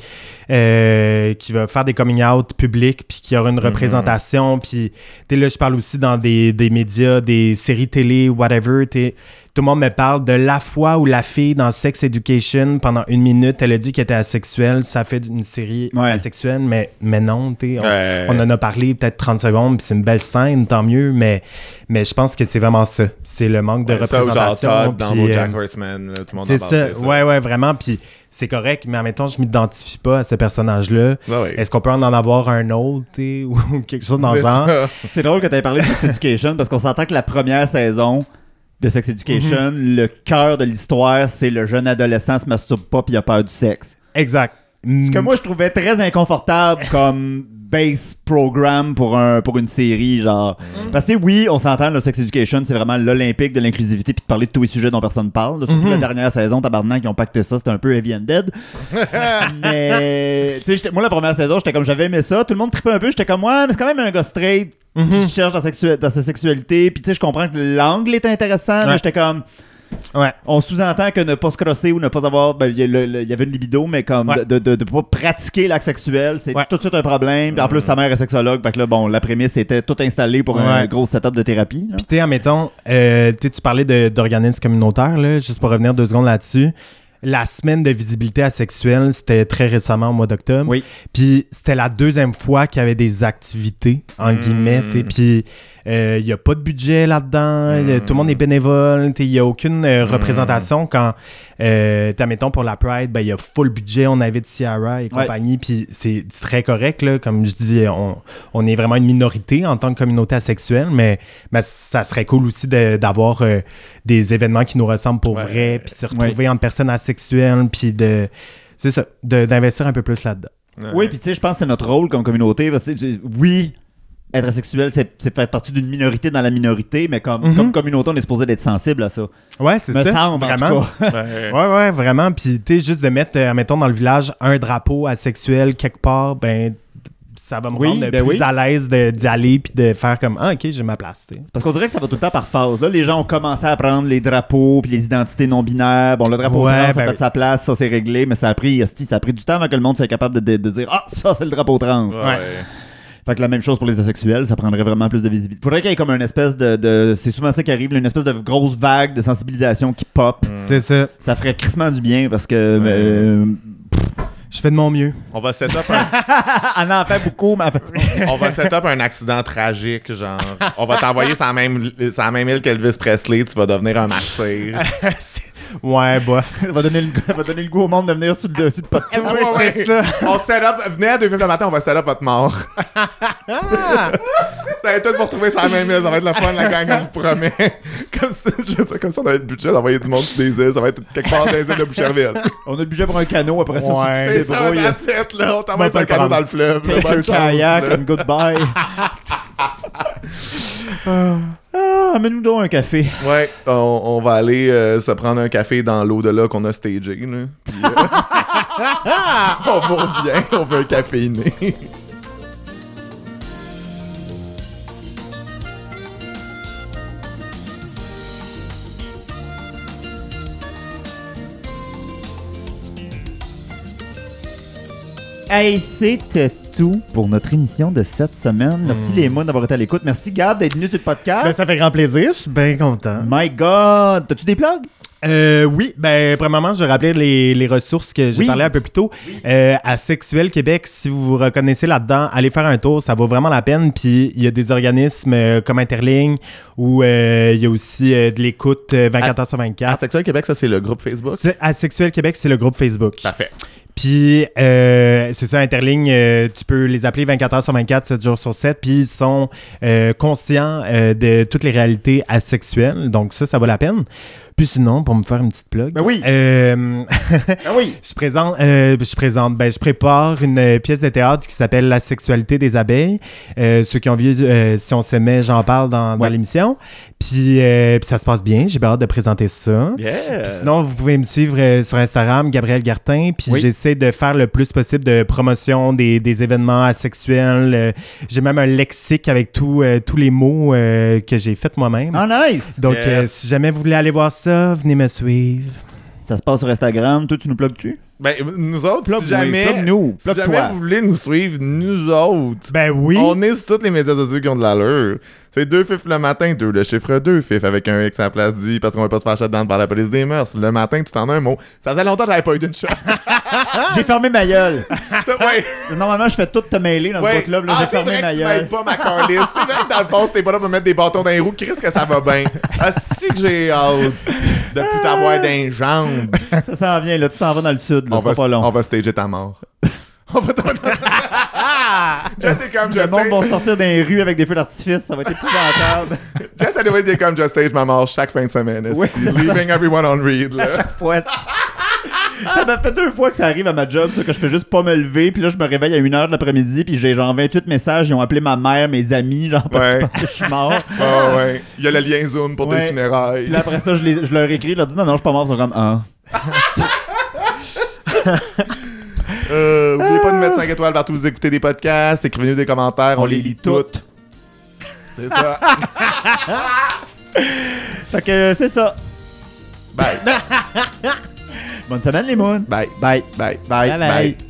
va faire des coming out publics, puis qui aura une représentation. Puis là, je parle aussi dans des médias, des séries télé, whatever. Tout le monde me parle de la fois où la fille dans Sex Education, pendant 1 minute, elle a dit qu'elle était asexuelle. Ça fait une série asexuelle, mais non, on en a parlé peut-être 30 secondes, puis c'est une belle scène, tant mieux, mais je pense que c'est vraiment ça. C'est le manque de représentation. Ça, genre, dans BoJack Horseman, là, tout le monde c'est en parle, ça. Ouais, vraiment, puis c'est correct, mais en même temps, je m'identifie pas à ce personnage-là. Est-ce qu'on peut en avoir un autre, ou quelque chose dans le genre? C'est drôle que tu aies parlé de Sex Education, parce qu'on s'entend que la première saison de Sex Education, le cœur de l'histoire, c'est le jeune adolescent se masturbe pas puis il a peur du sexe. Exact. Ce que moi je trouvais très inconfortable comme base programme pour une série, genre. Parce que oui, on s'entend, le Sex Education, c'est vraiment l'Olympique de l'inclusivité puis de parler de tous les sujets dont personne parle. Surtout la dernière saison, tabarnak, qui ont pacté ça, c'était un peu heavy and dead. Mais, tu sais, moi la première saison, j'étais comme, j'avais aimé ça, tout le monde trippait un peu, j'étais comme, ouais, mais c'est quand même un gars straight qui cherche dans sa sexualité, puis tu sais, je comprends que l'angle est intéressant, mais j'étais comme... On sous-entend que ne pas se crosser ou ne pas avoir... il y avait une libido, mais comme de pas pratiquer l'acte sexuel, c'est tout de suite un problème. En plus, sa mère est sexologue, fait que là, bon, la prémisse était tout installée pour un gros setup de thérapie. Puis tu sais, admettons, tu parlais d'organismes communautaires, là, juste pour revenir 2 secondes là-dessus. La semaine de visibilité asexuelle, c'était très récemment, au mois d'octobre. Oui. Puis c'était la 2e fois qu'il y avait des activités, en guillemets. Puis il n'y a pas de budget là-dedans. Tout le monde est bénévole. Il n'y a aucune représentation. Quand, mettons, pour la Pride, il y a full budget. On invite Ciara et compagnie. Puis c'est très correct. Là. Comme je dis, on est vraiment une minorité en tant que communauté asexuelle. Mais ça serait cool aussi d'avoir des événements qui nous ressemblent pour vrai. Puis se retrouver entre personnes asexuelles. Puis d'investir un peu plus là-dedans. Oui, puis tu sais, je pense que c'est notre rôle comme communauté. Parce que, oui, être asexuel, c'est faire partie d'une minorité dans la minorité, mais comme communauté, on est supposé d'être sensible à ça. Ouais, c'est ça. Semble, vraiment. Ouais, vraiment. Puis tu sais, juste de mettre, mettons, dans le village, un drapeau asexuel quelque part, ben... ça va me rendre plus à l'aise d'y aller puis de faire comme OK, j'ai ma place. T'sais. Parce qu'on dirait que ça va tout le temps par phase. Là, les gens ont commencé à prendre les drapeaux puis les identités non binaires. Bon, le drapeau trans a fait sa place, ça c'est réglé, mais ça a pris du temps avant que le monde soit capable de dire ça c'est le drapeau trans. Fait que la même chose pour les asexuels, ça prendrait vraiment plus de visibilité. Faudrait qu'il y ait comme une espèce de c'est souvent ça qui arrive, une espèce de grosse vague de sensibilisation qui pop. C'est ça. Ça ferait crissement du bien parce que je fais de mon mieux. On va set up un... On en fait beaucoup, mais en fait... On va set up un accident tragique, genre. On va t'envoyer sur la même île qu'Elvis Presley, tu vas devenir un martyr. Ouais, bof. Ça va donner le goût au monde de venir sur le dessus de podcast. Ouais, c'est ça. On set up... Venez à 2 le matin, on va set up votre mort. Ça va être tout pour trouver sur la même île. Ça va être le fun, la gang, on vous promet. Comme ça, on a le budget d'envoyer du monde sur des îles. Ça va être quelque part dans les îles de Boucherville. On a le budget pour un canot, après ça, c'est ça, là. On t'envoie un canot dans le fleuve. Take your kayak and goodbye. Amène-nous donc un café. Ouais, on va aller se prendre un café dans l'au-delà qu'on a stagé. Là. Puis, on revient, on veut un caféiné. Hey, c'était tout pour notre émission de cette semaine. Merci les mots d'avoir été à l'écoute. Merci Gab d'être venu sur le podcast. Ben, ça fait grand plaisir, je suis bien content. My God! T'as-tu des plugs? Oui, premièrement, je vais rappeler les ressources que j'ai parlé un peu plus tôt. À Sexuel Québec, si vous vous reconnaissez là-dedans, allez faire un tour, ça vaut vraiment la peine. Puis il y a des organismes comme Interligne où il y a aussi de l'écoute 24 heures sur 24. À Sexuel Québec, ça c'est le groupe Facebook? À Sexuel Québec, c'est le groupe Facebook. Parfait. Puis, c'est ça, Interligne, tu peux les appeler 24 heures sur 24, 7 jours sur 7, puis ils sont conscients de toutes les réalités asexuelles. Donc ça vaut la peine. Puis sinon, pour me faire une petite plug. Ben oui. Ben oui. Je prépare une pièce de théâtre qui s'appelle La sexualité des abeilles. Ceux qui ont vu Si on s'aimait, j'en parle dans l'émission. Puis ça se passe bien. J'ai bien hâte de présenter ça. Yeah. Puis sinon, vous pouvez me suivre sur Instagram, Gabriel Gartin. Puis j'essaie de faire le plus possible de promotion des événements asexuels. J'ai même un lexique avec tous les mots que j'ai fait moi-même. Ah, nice! Donc, si jamais vous voulez aller voir ça, venez me suivre. Ça se passe sur Instagram. Toi, tu nous plugues-tu? Ben, nous autres, Plug si jamais vous voulez nous suivre, nous autres, ben oui. On est sur tous les médias sociaux qui ont de l'allure. C'est 2 fifs le matin, le chiffre 2 fifs avec un X à la place du I parce qu'on va pas se faire shut down par la police des mœurs. Le matin, tout en un mot. Ça faisait longtemps que j'avais pas eu d'une shot. J'ai fermé ma gueule. Ouais. Normalement, je fais tout te mêler dans ce bout-là. Là, j'ai fermé ma gueule. Tu pas ma calisse. C'est vrai que dans le fond, si t'es pas là pour mettre des bâtons dans les roues, Chris, que ça va bien. Asti que j'ai hâte de plus t'avoir d'un jambes. Ça s'en vient, là. Tu t'en vas dans le sud, là. C'est pas long. On va stager ta mort. On va Jess est comme Le monde va sortir dans les rues avec des feux d'artifice, ça va être épouvantable. Jess, elle devrait dire comme Just Stage ma mort chaque fin de semaine. Oui, leaving everyone on read, là. Ça m'a fait 2 fois que ça arrive à ma job, ça, que je fais juste pas me lever, puis là, je me réveille à 1h de l'après-midi, puis j'ai genre 28 messages, ils ont appelé ma mère, mes amis, genre parce que je suis mort. Oh, ouais. Il y a le lien Zoom pour tes funérailles. Puis là, après ça, je leur écris, je leur dis non, je suis pas mort, ils sont comme N'oubliez pas de mettre 5 étoiles partout où vous écoutez des podcasts, écrivez-nous des commentaires, on les lit toutes. C'est ça. Fait que c'est ça. Bye. Bonne semaine les moons. Bye. Bye. Bye. Bye. Bye. Bye.